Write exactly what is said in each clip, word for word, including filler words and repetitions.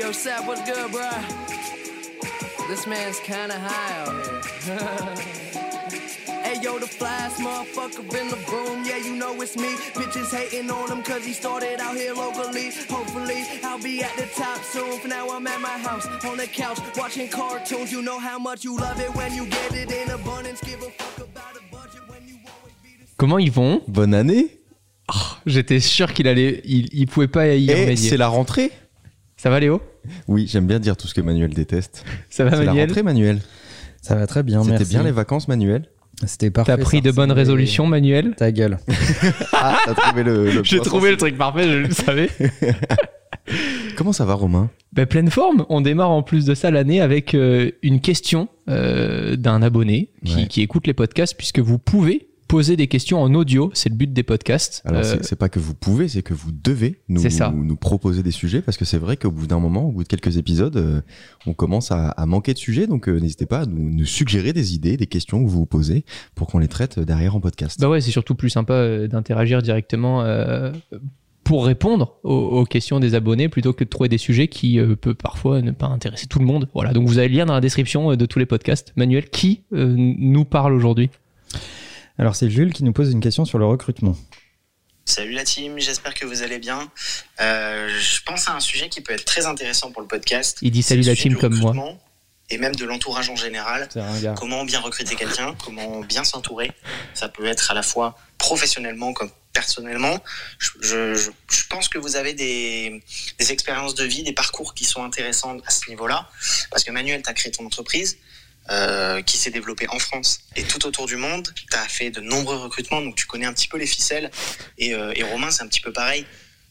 Yo, Sap, what's good, bro? This man's kinda high out here. Hey, yo, the flyest motherfucker in the room. Yeah, you know it's me. Bitches hating on him cause he started out here locally. Hopefully, I'll be at the top soon. For now, I'm at my house, on the couch, watching cartoons. You know how much you love it when you get it in abundance. Give a fuck about a budget when you always be the... Comment ils vont? Bonne année. Oh, j'étais sûr qu'il allait, il, il pouvait pas y remédier. Et c'est la rentrée. Ça va, Léo? Oui, j'aime bien dire tout ce que Manuel déteste. Ça va, c'est Manuel? C'est la rentrée, Manuel. Ça va très bien, C'était merci. C'était bien les vacances, Manuel? C'était parfait. T'as pris de bonnes résolutions, Manuel? Ta gueule. Ah, t'as trouvé le... le J'ai trouvé le truc parfait, je le savais. Comment ça va, Romain? Ben, pleine forme. On démarre en plus de ça l'année avec euh, une question euh, d'un abonné qui, ouais. qui écoute les podcasts, puisque vous pouvez poser des questions en audio, c'est le but des podcasts. Alors, euh, c'est, c'est pas que vous pouvez, c'est que vous devez nous, nous, nous proposer des sujets, parce que c'est vrai qu'au bout d'un moment, au bout de quelques épisodes, euh, on commence à, à manquer de sujets, donc euh, n'hésitez pas à nous, nous suggérer des idées, des questions que vous vous posez pour qu'on les traite derrière en podcast. Bah ouais, c'est surtout plus sympa euh, d'interagir directement euh, pour répondre aux, aux questions des abonnés plutôt que de trouver des sujets qui euh, peuvent parfois ne pas intéresser tout le monde. Voilà, donc vous avez le lien dans la description euh, de tous les podcasts. Manuel, qui euh, nous parle aujourd'hui? Alors c'est Jules qui nous pose une question sur le recrutement. Salut la team, j'espère que vous allez bien. Euh, je pense à un sujet qui peut être très intéressant pour le podcast. Il dit salut la team comme moi. Et même de l'entourage en général. C'est un gars. Comment bien recruter quelqu'un, comment bien s'entourer. Ça peut être à la fois professionnellement comme personnellement. Je, je, je pense que vous avez des, des expériences de vie, des parcours qui sont intéressants à ce niveau-là. Parce que Manuel, tu as créé ton entreprise. Euh, qui s'est développé en France et tout autour du monde. Tu as fait de nombreux recrutements, donc tu connais un petit peu les ficelles. Et, euh, et Romain, c'est un petit peu pareil.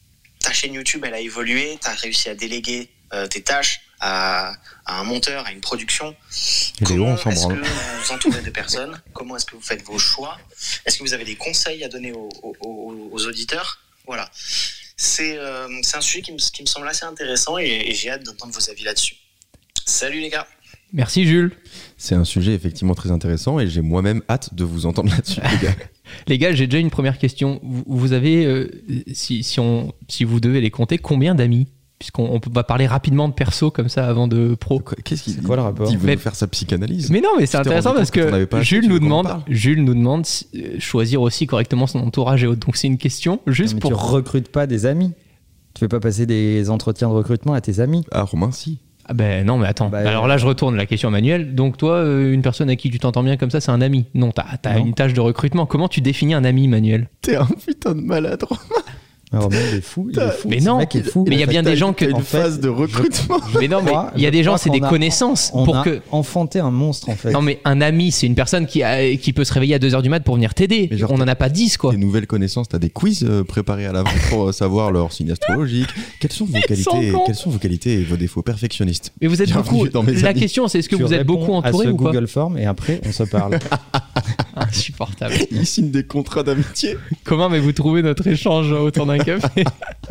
Ta chaîne YouTube, elle a évolué. Tu as réussi à déléguer euh, tes tâches à, à un monteur, à une production. Et Comment Léo, on est-ce s'en que vous vous entourez de personnes? Comment est-ce que vous faites vos choix? Est-ce que vous avez des conseils à donner aux, aux, aux auditeurs? Voilà. C'est, euh, c'est un sujet qui me, qui me semble assez intéressant et, et j'ai hâte d'entendre vos avis là-dessus. Salut les gars! Merci Jules. C'est un sujet effectivement très intéressant et j'ai moi-même hâte de vous entendre là-dessus, les gars. Les gars, j'ai déjà une première question. Vous, vous avez, euh, si, si, on, si vous devez les compter, combien d'amis? Puisqu'on on peut pas parler rapidement de perso comme ça avant de pro. Quoi, qu'est-ce qu'il c'est quoi le rapport? Il veut mais, nous faire sa psychanalyse. Mais non, mais c'est intéressant parce que, que Jules nous demande, Jules nous demande euh, choisir aussi correctement son entourage et autres. Donc c'est une question juste non, pour. Tu recrutes pas des amis. Tu fais pas passer des entretiens de recrutement à tes amis. Ah Romain, si. Ah ben non, mais attends. Bah, alors là, je retourne la question à Manuel. Donc toi, euh, une personne à qui tu t'entends bien comme ça, c'est un ami? Non, t'as, t'as non. une tâche de recrutement. Comment tu définis un ami, Manuel? T'es un putain de malade, Romain. Alors, il est fou, il est fou. Mais non, mec est fou. mais il y a bien des gens que... Une en phase fait, de recrutement. Je, mais non, mais il y a des gens, c'est des connaissances. On pour a que... enfanté un monstre, en fait. Non, mais un ami, c'est une personne qui, a, qui peut se réveiller à deux heures du mat pour venir t'aider. Genre, on n'en a pas dix, quoi. Des nouvelles connaissances, t'as des quiz euh, préparés à l'avance pour savoir leur signe astrologique. Quelles sont vos qualités, quelles sont vos qualités et vos défauts perfectionnistes? Mais vous êtes beaucoup... La amis. question, c'est est-ce que tu vous êtes beaucoup entouré ou pas? Google Form et après, on se parle. Insupportable. Il signe des contrats d'amitié. Comment avez-vous trouvé notre échange autour d'un café?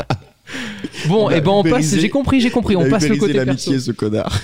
Bon, et eh ben on passe. J'ai compris, j'ai compris. On, on passe le côté l'amitié, perso. Ce connard.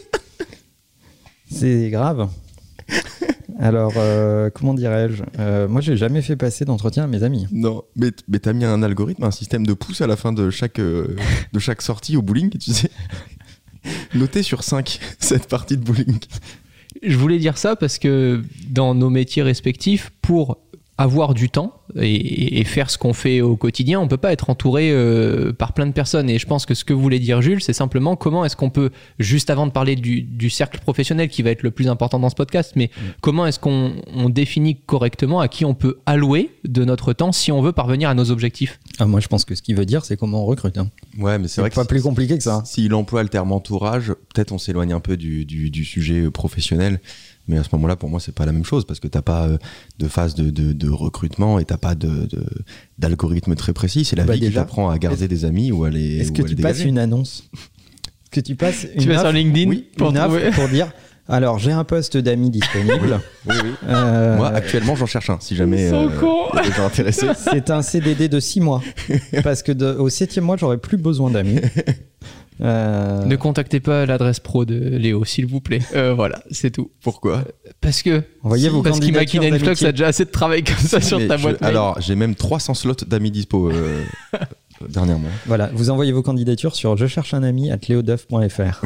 C'est grave. Alors, euh, comment dirais-je euh, Moi, j'ai jamais fait passer d'entretien à mes amis. Non, mais, mais t'as mis un algorithme, un système de pouces à la fin de chaque, euh, de chaque sortie au bowling, tu sais. Notez sur cinq cette partie de bowling. Je voulais dire ça parce que dans nos métiers respectifs, pour avoir du temps et, et faire ce qu'on fait au quotidien, on peut pas être entouré euh, par plein de personnes. Et je pense que ce que voulait dire Jules, c'est simplement comment est-ce qu'on peut, juste avant de parler du, du cercle professionnel qui va être le plus important dans ce podcast, mais mmh. comment est-ce qu'on on définit correctement à qui on peut allouer de notre temps si on veut parvenir à nos objectifs? Ah, moi, je pense que ce qu'il veut dire, c'est comment on recrute. Hein. Ouais, mais c'est, c'est vrai que pas si, plus compliqué que ça. S'il emploie le terme entourage, peut-être on s'éloigne un peu du, du, du sujet professionnel. Mais à ce moment-là, pour moi, c'est pas la même chose parce que t'as pas de phase de, de, de recrutement et t'as pas de, de, d'algorithme très précis. C'est la bah vie déjà, qui t'apprend à garder des amis ou à les Est-ce que tu passes dégager. Une annonce? Est-ce que tu passes une tu vas sur LinkedIn oui, pour, une offre pour dire alors j'ai un poste d'amis disponible. Oui, oui. Euh... Moi, actuellement, j'en cherche un. Si jamais il euh, y a des gens intéressés. C'est un C D D de six mois parce que de, au septième mois, j'aurais plus besoin d'amis. Euh... Ne contactez pas l'adresse pro de Léo, s'il vous plaît. Euh, voilà, c'est tout. Pourquoi? Parce que Envoyez vos parce qu'Imakina Influx a déjà assez de travail comme ça oui, sur ta je, boîte mail. Alors, j'ai même trois cents slots d'amis dispo. Euh... dernièrement. Voilà, vous envoyez vos candidatures sur je cherche un ami arobase leoduff point f r.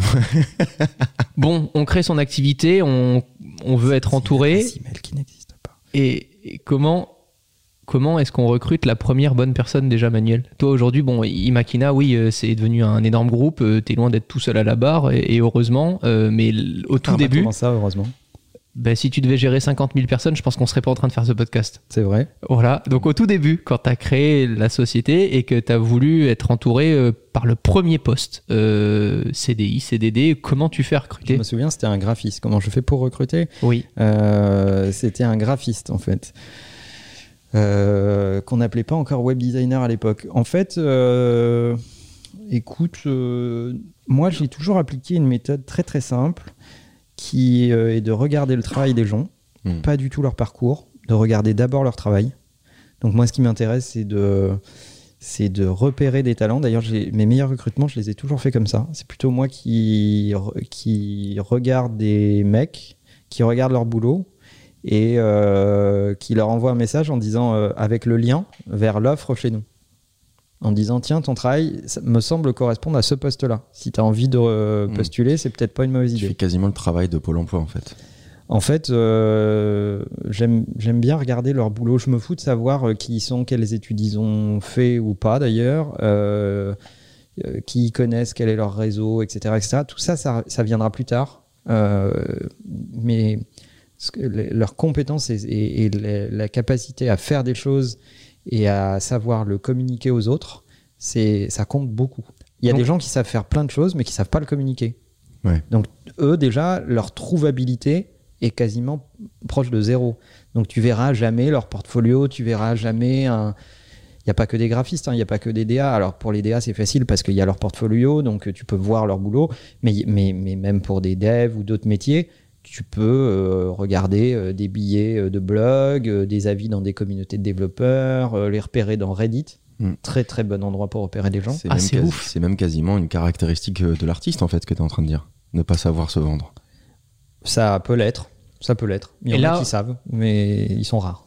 Bon, on crée son activité, on, on veut être entouré. C'est un email qui n'existe pas. Et, et comment, comment est-ce qu'on recrute la première bonne personne déjà, Manuel ? Toi aujourd'hui, bon, Imakina, oui, euh, c'est devenu un énorme groupe, euh, t'es loin d'être tout seul à la barre, et, et heureusement, euh, mais l- au tout Ah, bah, début, comment ça, heureusement. bah, si tu devais gérer cinquante mille personnes, je pense qu'on serait pas en train de faire ce podcast. C'est vrai. Voilà, donc au tout début, quand tu as créé la société et que tu as voulu être entouré euh, par le premier poste, euh, C D I, C D D, comment tu fais Je recruter ? me souviens, c'était un graphiste. Comment je fais pour recruter ? Oui. Euh, C'était un graphiste, en fait. Euh, qu'on n'appelait pas encore web designer à l'époque. En fait, euh, écoute, euh, moi j'ai toujours appliqué une méthode très très simple qui euh, est de regarder le travail des gens, Mmh. pas du tout leur parcours, de regarder d'abord leur travail. Donc moi ce qui m'intéresse c'est de, c'est de repérer des talents. D'ailleurs j'ai, mes meilleurs recrutements je les ai toujours fait comme ça. C'est plutôt moi qui, qui regarde des mecs, qui regarde leur boulot et euh, qui leur envoie un message en disant euh, avec le lien vers l'offre chez nous. En disant tiens ton travail ça me semble correspondre à ce poste-là. Si tu as envie de euh, Mmh. postuler, c'est peut-être pas une mauvaise Tu idée. fais quasiment le travail de Pôle emploi en fait. En fait, euh, j'aime, j'aime bien regarder leur boulot. Je me fous de savoir euh, qui ils sont, quelles études ils ont fait ou pas d'ailleurs, euh, euh, qui ils connaissent, quel est leur réseau, et cetera, et cetera. Tout ça, ça, ça viendra plus tard. Euh, mais ce que, les, leurs compétences et, et, et la, la capacité à faire des choses et à savoir le communiquer aux autres, c'est, ça compte beaucoup. Il y a Donc, des gens qui savent faire plein de choses, mais qui savent pas le communiquer. Ouais. Donc eux déjà, leur trouvabilité est quasiment proche de zéro. Donc tu verras jamais leur portfolio, tu verras jamais un... Il n'y a pas que des graphistes, hein, il n'y a pas que des D A. Alors pour les D A, c'est facile parce qu'il y a leur portfolio, donc tu peux voir leur boulot. Mais, mais, mais même pour des devs ou d'autres métiers, tu peux euh, regarder euh, des billets euh, de blog, euh, des avis dans des communautés de développeurs, euh, les repérer dans Reddit. Mm. Très très bon endroit pour repérer des gens. C'est, Ah, même c'est quasi- ouf. c'est même quasiment une caractéristique de l'artiste en fait que tu es en train de dire. Ne pas savoir se vendre. Ça peut l'être, ça peut l'être. Il y Et en là- a qui savent, mais ils sont rares.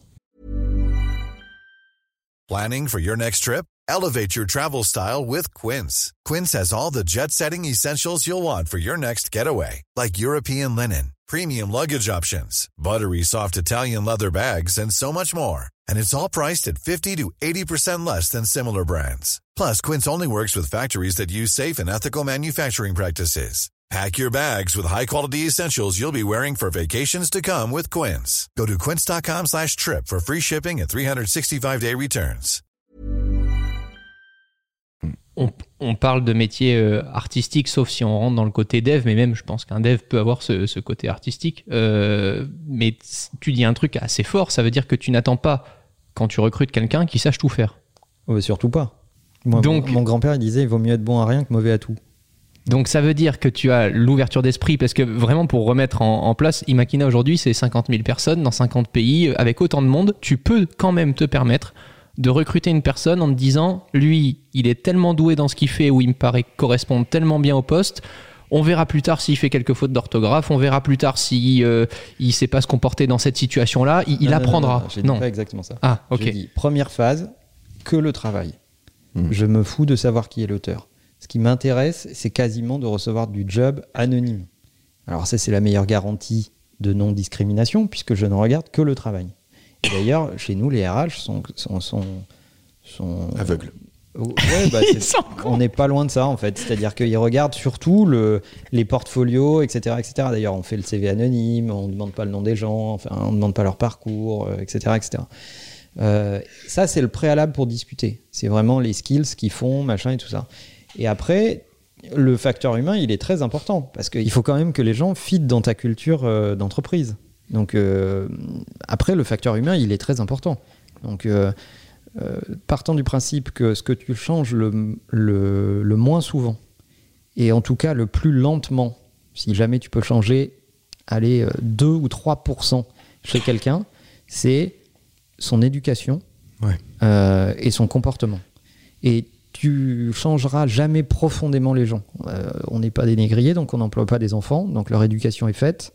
Planning for your next trip? Elevate your travel style with Quince. Quince has all the jet-setting essentials you'll want for your next getaway, like European linen, premium luggage options, buttery soft Italian leather bags, and so much more. And it's all priced at fifty to eighty percent less than similar brands. Plus, Quince only works with factories that use safe and ethical manufacturing practices. Pack your bags with high-quality essentials you'll be wearing for vacations to come with Quince. Go to quince.com slash trip for free shipping and three sixty-five day returns. On, on parle de métier euh, artistique, sauf si on rentre dans le côté dev, mais même je pense qu'un dev peut avoir ce, ce côté artistique. Euh, mais t- tu dis un truc assez fort, ça veut dire que tu n'attends pas, quand tu recrutes quelqu'un, qui sache tout faire. Ouais, surtout pas. Moi, Donc- mon, mon grand-père il disait il vaut mieux être bon à rien que mauvais à tout. Donc ça veut dire que tu as l'ouverture d'esprit, parce que vraiment pour remettre en, en place, Imakina aujourd'hui c'est cinquante mille personnes dans cinquante pays, avec autant de monde, tu peux quand même te permettre de recruter une personne en te disant, lui, il est tellement doué dans ce qu'il fait, ou il me paraît correspondre tellement bien au poste, on verra plus tard s'il fait quelques fautes d'orthographe, on verra plus tard s'il euh, il sait pas se comporter dans cette situation-là, il, il Non, non, apprendra. non, non, j'ai dit Non. pas exactement ça. Ah, ok. J'ai dit première phase, que le travail. Mmh. Je me fous de savoir qui est l'auteur. Ce qui m'intéresse, c'est quasiment de recevoir du job anonyme. Alors ça, c'est la meilleure garantie de non-discrimination, puisque je ne regarde que le travail. Et d'ailleurs, chez nous, les R H sont... sont, sont, sont Aveugle. Ouais, bah, Ils c'est- sont cons. on n'est pas loin de ça, en fait. C'est-à-dire qu'ils regardent surtout le, les portfolios, et cetera, et cetera. D'ailleurs, on fait le C V anonyme, on ne demande pas le nom des gens, enfin, on ne demande pas leur parcours, euh, et cetera, et cetera. Euh, ça, c'est le préalable pour discuter. C'est vraiment les skills qu'ils font, machin et tout ça. Et après, le facteur humain, il est très important parce qu'il faut quand même que les gens fitent dans ta culture euh, d'entreprise. Donc, euh, après, le facteur humain, il est très important. Donc, euh, euh, partant du principe que ce que tu changes le, le, le moins souvent, et en tout cas le plus lentement, si jamais tu peux changer, allez, euh, deux ou trois pour cent chez quelqu'un, c'est son éducation Ouais. euh, et son comportement. Et tu changeras jamais profondément les gens. Euh, on n'est pas des négriers, donc on n'emploie pas des enfants, donc leur éducation est faite,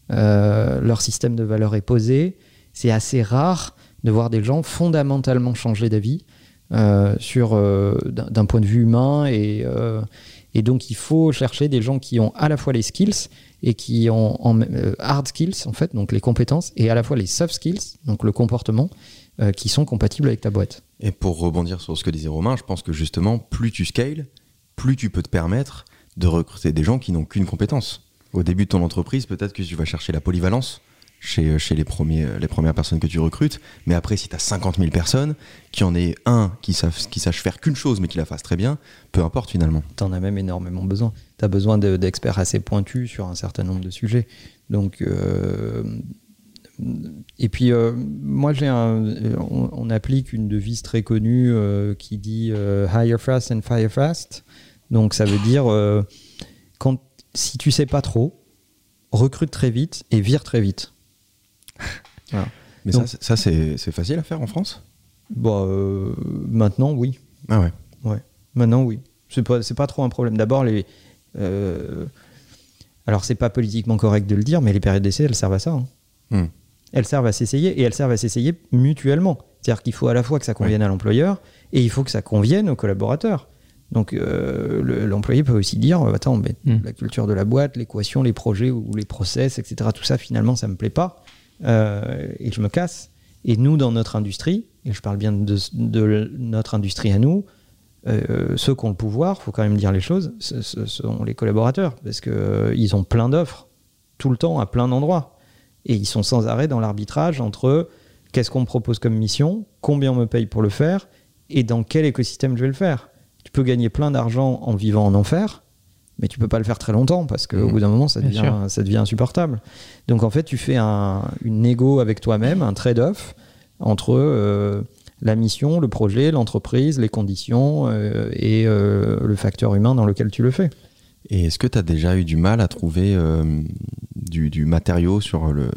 euh, leur système de valeurs est posé. C'est assez rare de voir des gens fondamentalement changer d'avis euh, sur, euh, d'un, d'un point de vue humain. Et, euh, et donc, il faut chercher des gens qui ont à la fois les skills et qui ont en, euh, hard skills, en fait, donc les compétences, et à la fois les soft skills, donc le comportement, euh, qui sont compatibles avec ta boîte. Et pour rebondir sur ce que disait Romain, je pense que justement, plus tu scales, plus tu peux te permettre de recruter des gens qui n'ont qu'une compétence. Au début de ton entreprise, peut-être que tu vas chercher la polyvalence chez, chez les, premiers, les premières personnes que tu recrutes, mais après, si tu as cinquante mille personnes, qu'il y en ait un qui, savent, qui sache faire qu'une chose, mais qui la fasse très bien, peu importe finalement. Tu en as même énormément besoin. Tu as besoin de, d'experts assez pointus sur un certain nombre de sujets. Donc, euh, et puis, euh, moi, j'ai un, on, on applique une devise très connue euh, qui dit euh, « hire fast and fire fast ». Donc, ça veut dire, euh, quand, si tu sais pas trop, recrute très vite et vire très vite. Voilà. Mais Donc, ça, ça c'est, c'est facile à faire en France ? Bah, euh, maintenant, oui. Ah ouais. Ouais. Maintenant, oui. C'est pas, c'est pas trop un problème. D'abord, les. Euh, alors, c'est pas politiquement correct de le dire, mais les périodes d'essai, elles servent à ça. Hein. Hmm. Elles servent à s'essayer et elles servent à s'essayer mutuellement. C'est-à-dire qu'il faut à la fois que ça convienne ouais. à l'employeur et il faut que ça convienne aux collaborateurs. Donc, euh, le, l'employé peut aussi dire attends, mais hmm. la culture de la boîte, l'équation, les projets ou les process, et cetera, tout ça, finalement, ça me plaît pas. Euh, et je me casse. Et nous, dans notre industrie, et je parle bien de, de notre industrie à nous, euh, ceux qui ont le pouvoir, il faut quand même dire les choses, ce, ce sont les collaborateurs, parce qu'ils euh, ont plein d'offres, tout le temps, à plein d'endroits. Et ils sont sans arrêt dans l'arbitrage entre qu'est-ce qu'on me propose comme mission, combien on me paye pour le faire, et dans quel écosystème je vais le faire. Tu peux gagner plein d'argent en vivant en enfer, mais tu peux pas le faire très longtemps parce qu'au mmh. bout d'un moment ça devient, ça devient insupportable. Donc en fait tu fais un, une négo avec toi-même, un trade-off entre euh, la mission, le projet, l'entreprise, les conditions euh, et euh, le facteur humain dans lequel tu le fais. Et est-ce que tu as déjà eu du mal à trouver euh, du, du matériau sur le,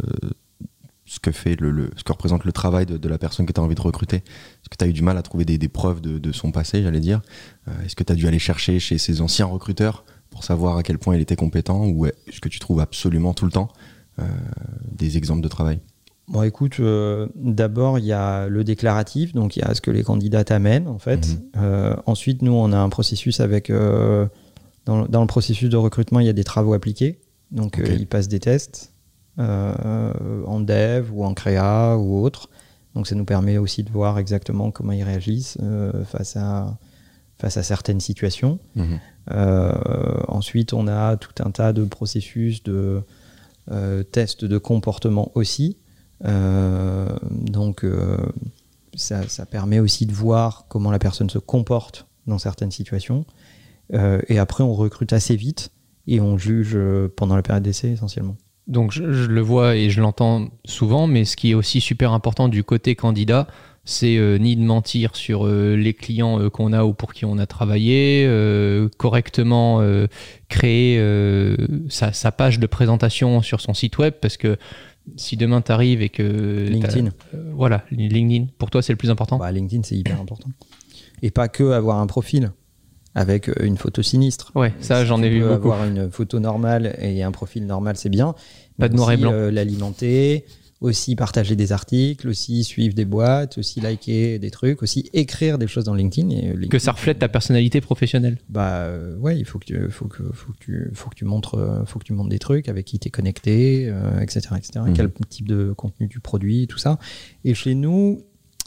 ce, que fait le, le, ce que représente le travail de, de la personne que tu as envie de recruter ? Est-ce que tu as eu du mal à trouver des, des preuves de, de son passé, j'allais dire ? euh, Est-ce que tu as dû aller chercher chez ses anciens recruteurs pour savoir à quel point il était compétent, ou est-ce que tu trouves absolument tout le temps euh, des exemples de travail ? Bon, écoute, euh, d'abord, il y a le déclaratif, donc il y a ce que les candidats t'amènent, en fait. Mm-hmm. Euh, ensuite, nous, on a un processus avec... Euh, dans, dans le processus de recrutement, il y a des travaux appliqués. Donc, okay. euh, ils passent des tests euh, en dev ou en créa ou autre. Donc, ça nous permet aussi de voir exactement comment ils réagissent euh, face à... face à certaines situations. Mmh. Euh, ensuite, on a tout un tas de processus de euh, tests de comportement aussi. Euh, donc, euh, ça, ça permet aussi de voir comment la personne se comporte dans certaines situations. Euh, et après, on recrute assez vite et on juge pendant la période d'essai essentiellement. Donc, je, je le vois et je l'entends souvent, mais ce qui est aussi super important du côté candidat, c'est euh, ni de mentir sur euh, les clients euh, qu'on a ou pour qui on a travaillé, euh, correctement euh, créer euh, sa, sa page de présentation sur son site web, parce que si demain tu arrives et que... LinkedIn. Euh, voilà, LinkedIn, pour toi c'est le plus important ? Bah, LinkedIn, c'est hyper important. Et pas que avoir un profil avec une photo sinistre. Ouais, ça si j'en ai vu beaucoup. Avoir une photo normale et un profil normal, c'est bien. Pas de noir et blanc. Euh, l'alimenter, aussi partager des articles, aussi suivre des boîtes, aussi liker des trucs, aussi écrire des choses dans LinkedIn. Et LinkedIn que ça reflète ta personnalité professionnelle. Bah euh, ouais, il faut que tu, faut que, faut que tu, faut que tu montres, euh, faut que tu montres des trucs avec qui t'es connecté, euh, et cetera, et cetera. Mmh. Quel type de contenu tu produis, tout ça. Et chez nous,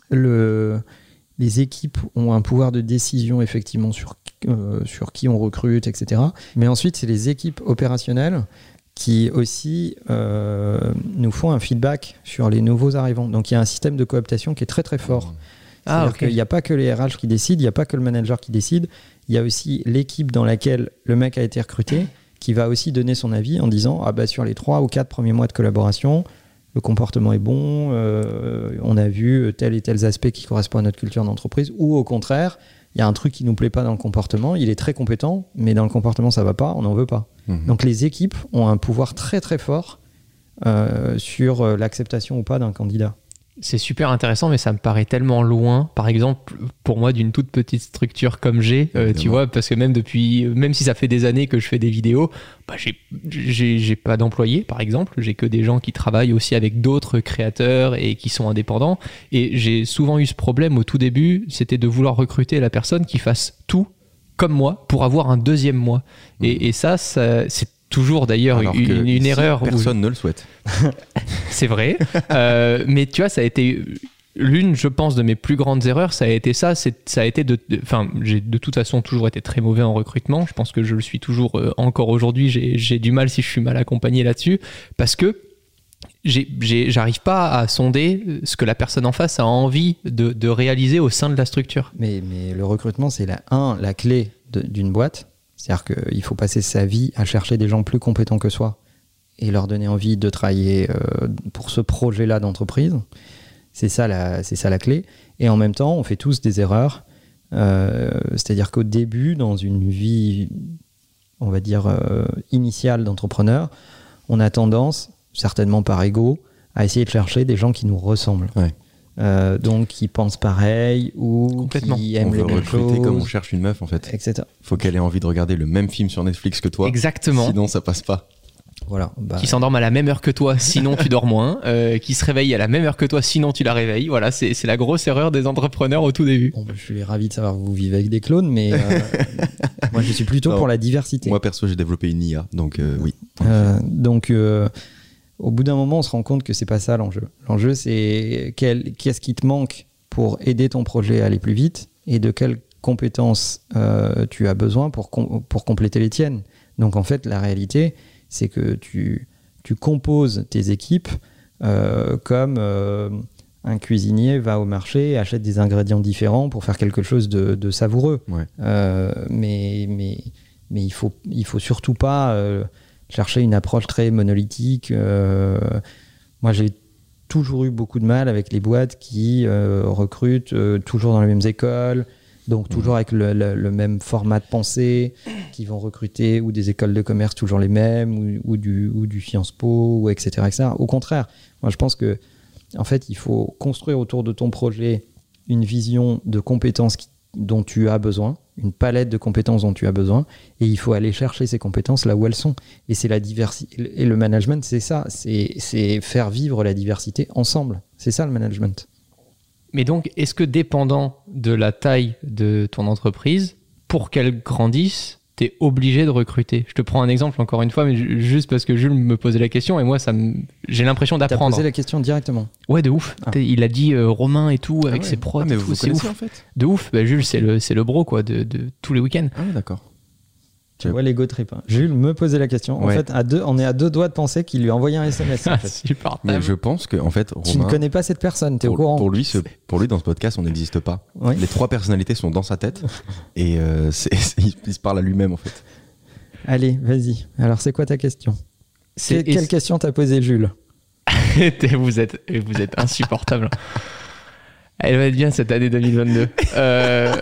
le, les équipes ont un pouvoir de décision effectivement sur euh, sur qui on recrute, et cetera. Mais ensuite, c'est les équipes opérationnelles qui aussi euh, nous font un feedback sur les nouveaux arrivants. Donc il y a un système de cooptation qui est très très fort. Ah, C'est-à-dire okay. qu'il n'y a pas que les R H qui décident, il n'y a pas que le manager qui décide, il y a aussi l'équipe dans laquelle le mec a été recruté qui va aussi donner son avis en disant ah bah sur les trois ou quatre premiers mois de collaboration, le comportement est bon, euh, on a vu tel et tel aspect qui correspond à notre culture d'entreprise, ou au contraire, il y a un truc qui ne nous plaît pas dans le comportement, il est très compétent, mais dans le comportement ça ne va pas, on n'en veut pas. Mmh. Donc les équipes ont un pouvoir très très fort euh, sur l'acceptation ou pas d'un candidat. C'est super intéressant, mais ça me paraît tellement loin, par exemple, pour moi, d'une toute petite structure comme j'ai, euh, tu vois, parce que même depuis, même si ça fait des années que je fais des vidéos, bah, j'ai, j'ai, j'ai pas d'employés, par exemple, j'ai que des gens qui travaillent aussi avec d'autres créateurs et qui sont indépendants, et j'ai souvent eu ce problème au tout début, c'était de vouloir recruter la personne qui fasse tout comme moi pour avoir un deuxième moi. Mmh. Et, et ça, ça, c'est toujours d'ailleurs Alors une, une ici, erreur. Personne où... ne le souhaite. C'est vrai. euh, mais tu vois, ça a été l'une, je pense, de mes plus grandes erreurs. Ça a été ça. C'est, ça a été de. Enfin, j'ai de toute façon toujours été très mauvais en recrutement. Je pense que je le suis toujours euh, encore aujourd'hui. J'ai, j'ai du mal si je suis mal accompagné là-dessus. Parce que j'ai, j'ai, j'arrive pas à sonder ce que la personne en face a envie de, de réaliser au sein de la structure. Mais, mais le recrutement, c'est la, un, la clé de, d'une boîte. C'est-à-dire qu'il faut passer sa vie à chercher des gens plus compétents que soi et leur donner envie de travailler euh, pour ce projet-là d'entreprise. C'est ça, la, c'est ça la clé. Et en même temps, on fait tous des erreurs. Euh, c'est-à-dire qu'au début, dans une vie, on va dire, euh, initiale d'entrepreneur, on a tendance, certainement par ego, à essayer de chercher des gens qui nous ressemblent. Ouais. Euh, donc qui pensent pareil ou qui aiment on les veut mêmes recruter choses, comme on cherche une meuf en fait, et cetera. Faut qu'elle ait envie de regarder le même film sur Netflix que toi. Exactement. Sinon ça passe pas. Voilà. Bah, qui s'endorme à la même heure que toi, sinon tu dors moins. Euh, qui se réveille à la même heure que toi, sinon tu la réveilles. Voilà, c'est, c'est la grosse erreur des entrepreneurs au tout début. bon, je suis ravi de savoir que vous vivez avec des clones, mais euh, moi je suis plutôt Non. pour la diversité. Moi perso j'ai développé une I A, donc euh, oui. Euh, donc euh, au bout d'un moment on se rend compte que c'est pas ça l'enjeu. L'enjeu c'est quel, qu'est-ce qui te manque pour aider ton projet à aller plus vite et de quelles compétences euh, tu as besoin pour, com- pour compléter les tiennes. Donc en fait, la réalité, c'est que tu, tu composes tes équipes euh, comme euh, un cuisinier va au marché et achète des ingrédients différents pour faire quelque chose de, de savoureux. Ouais. Euh, mais mais, mais il ne faut, il faut surtout pas euh, chercher une approche très monolithique. Euh, moi, j'ai toujours eu beaucoup de mal avec les boîtes qui euh, recrutent euh, toujours dans les mêmes écoles, donc toujours avec le, le, le même format de pensée, qui vont recruter ou des écoles de commerce toujours les mêmes, ou, ou, du, ou du Sciences Po, ou et cetera, et cetera. Au contraire, moi je pense que en fait, il faut construire autour de ton projet une vision de compétences qui, dont tu as besoin, une palette de compétences dont tu as besoin, et il faut aller chercher ces compétences là où elles sont. Et c'est la diversité. Et le management, c'est ça, c'est, c'est faire vivre la diversité ensemble. C'est ça le management. Mais donc, est-ce que dépendant de la taille de ton entreprise, pour qu'elle grandisse, t'es obligé de recruter? Je te prends un exemple encore une fois, mais ju- juste parce que Jules me posait la question et moi, ça me... j'ai l'impression T'as d'apprendre. posé la question directement. Ouais, de ouf. Ah. T'es- Il a dit euh, Romain et tout, avec Ah ouais. ses prods Ah, mais et vous tout, vous c'est connaissez ouf. en fait. De ouf. Bah, Jules, c'est le, c'est le bro quoi, de, de tous les week-ends. Ah ouais, d'accord. Tu vois l'ego trip. Hein. Jules me posait la question. En Ouais. fait, à deux, on est à deux doigts de penser qu'il lui a envoyé un S M S. en Ah, fait. supportable. Mais je pense que en fait Tu ne Romain, connais pas cette personne, t'es pour, au courant. pour lui, ce, pour lui dans ce podcast on n'existe pas. Oui. Les trois personnalités sont dans sa tête et euh, c'est, c'est- il, il se parle à lui-même en fait. Allez, vas-y. Alors, c'est quoi ta question? C'est- Que- Quelle question t'as posée, Jules? vous êtes, vous êtes insupportable. Elle va être bien cette année deux mille vingt-deux. Euh,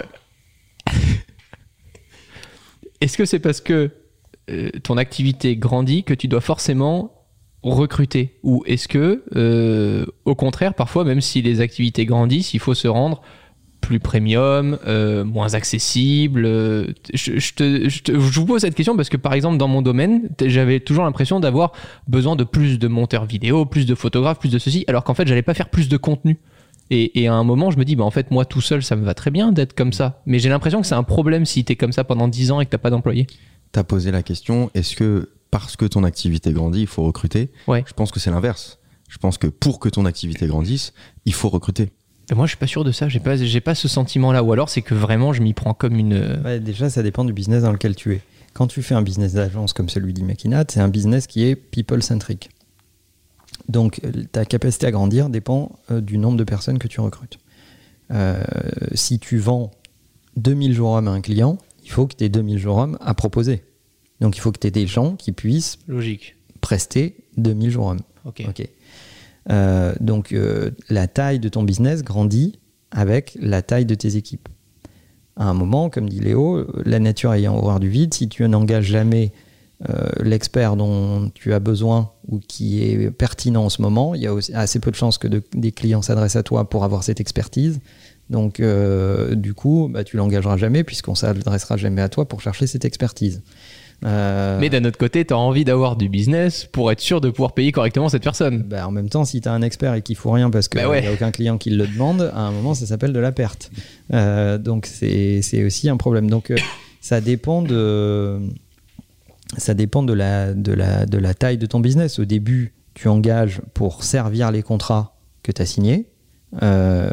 Est-ce que c'est parce que euh, ton activité grandit que tu dois forcément recruter? Ou est-ce que, euh, au contraire, parfois, même si les activités grandissent, il faut se rendre plus premium, euh, moins accessible euh, je, je, te, je, te, je vous pose cette question parce que, par exemple, dans mon domaine, t- j'avais toujours l'impression d'avoir besoin de plus de monteurs vidéo, plus de photographes, plus de ceci, alors qu'en fait, j'allais pas faire plus de contenu. Et, et à un moment, je me dis, bah, en fait, moi, tout seul, ça me va très bien d'être comme ça. Mais j'ai l'impression que c'est un problème si t'es comme ça pendant dix ans et que t'as pas d'employé. T'as posé la question, est-ce que parce que ton activité grandit, il faut recruter? Ouais. Je pense que c'est l'inverse. Je pense que pour que ton activité grandisse, il faut recruter. Et moi, je suis pas sûr de ça. J'ai pas, j'ai pas ce sentiment-là. Ou alors, c'est que vraiment, je m'y prends comme une. Ouais, déjà, ça dépend du business dans lequel tu es. Quand tu fais un business d'agence comme celui d'Imakinat, c'est un business qui est people-centric. Donc, ta capacité à grandir dépend euh, du nombre de personnes que tu recrutes. Euh, si tu vends deux mille jours hommes à un client, il faut que tu aies deux mille jours hommes à proposer. Donc, il faut que tu aies des gens qui puissent Logique. prester deux mille jours hommes. Ok. Ok. Euh, donc, euh, la taille de ton business grandit avec la taille de tes équipes. À un moment, comme dit Léo, la nature ayant horreur du vide, si tu n'engages jamais euh, l'expert dont tu as besoin ou qui est pertinent en ce moment, il y a aussi assez peu de chances que de, des clients s'adressent à toi pour avoir cette expertise. Donc, euh, du coup, bah, tu l'engageras jamais puisqu'on s'adressera jamais à toi pour chercher cette expertise. Euh... Mais d'un autre côté, tu as envie d'avoir du business pour être sûr de pouvoir payer correctement cette personne. Bah, en même temps, si tu as un expert et qu'il ne faut rien parce qu'il n'y bah ouais. a aucun client qui le demande, à un moment, ça s'appelle de la perte. Euh, donc, c'est, c'est aussi un problème. Donc, euh, ça dépend de, ça dépend de la, de, la, de la taille de ton business. Au début, tu engages pour servir les contrats que tu as signés euh,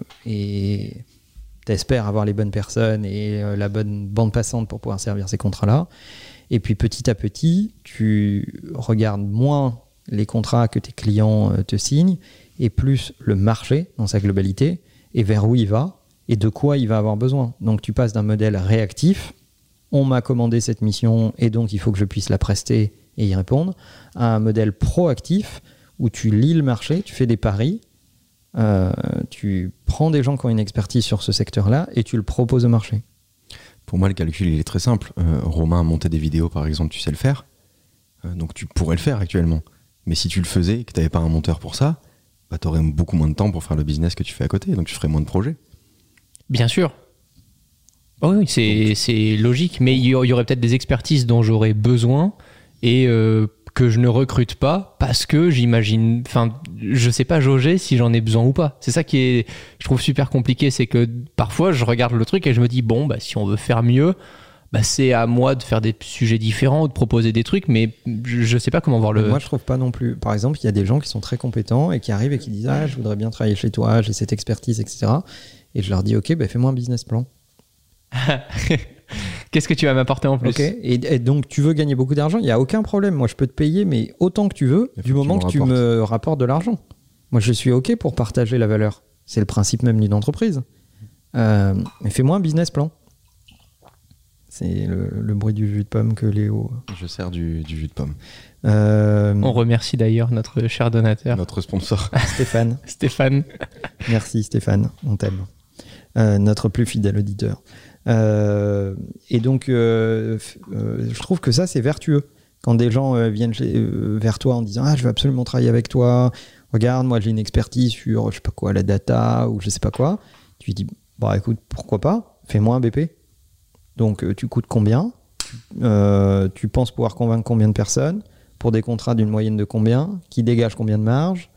et tu espères avoir les bonnes personnes et euh, la bonne bande passante pour pouvoir servir ces contrats-là. Et puis petit à petit, tu regardes moins les contrats que tes clients te signent et plus le marché dans sa globalité et vers où il va et de quoi il va avoir besoin. Donc tu passes d'un modèle réactif, on m'a commandé cette mission et donc il faut que je puisse la prester et y répondre, à un modèle proactif où tu lis le marché, tu fais des paris, euh, tu prends des gens qui ont une expertise sur ce secteur-là et tu le proposes au marché. Pour moi, le calcul, il est très simple. Euh, Romain, monter des vidéos, par exemple, tu sais le faire. Euh, donc, tu pourrais le faire actuellement. Mais si tu le faisais et que tu n'avais pas un monteur pour ça, bah, tu aurais beaucoup moins de temps pour faire le business que tu fais à côté. Donc, tu ferais moins de projets. Bien sûr. Oh oui, c'est, c'est logique. Mais il y aurait peut-être des expertises dont j'aurais besoin et euh, que je ne recrute pas parce que j'imagine... Enfin, je ne sais pas jauger si j'en ai besoin ou pas. C'est ça qui est, je trouve, super compliqué. C'est que parfois, je regarde le truc et je me dis, bon, bah, si on veut faire mieux, bah, c'est à moi de faire des sujets différents ou de proposer des trucs, mais je ne sais pas comment voir le... Moi, je trouve pas non plus. Par exemple, il y a des gens qui sont très compétents et qui arrivent et qui disent, ah, je voudrais bien travailler chez toi, j'ai cette expertise, et cetera. Et je leur dis, ok, bah, fais-moi un business plan. Qu'est-ce que tu vas m'apporter en plus? Ok. Et, et donc, tu veux gagner beaucoup d'argent, il n'y a aucun problème. Moi, je peux te payer, mais autant que tu veux, du moment que tu me rapportes de l'argent. Moi, je suis ok pour partager la valeur. C'est le principe même d'une entreprise. Euh, mais fais-moi un business plan. C'est le, le bruit du jus de pomme que Léo... Je sers du, du jus de pomme. Euh... On remercie d'ailleurs notre cher donateur. Notre sponsor. Stéphane. Stéphane. Merci Stéphane, on t'aime. Euh, notre plus fidèle auditeur. Euh, et donc, euh, euh, je trouve que ça, c'est vertueux. Quand des gens euh, viennent chez, euh, vers toi en disant « Ah, je veux absolument travailler avec toi. Regarde, moi, j'ai une expertise sur, je sais pas quoi, la data ou je sais pas quoi. » Tu lui dis « Bah, écoute, pourquoi pas? Fais-moi un B P. » Donc, euh, tu coûtes combien? euh, Tu penses pouvoir convaincre combien de personnes? Pour des contrats d'une moyenne de combien? Qui dégage combien de marge?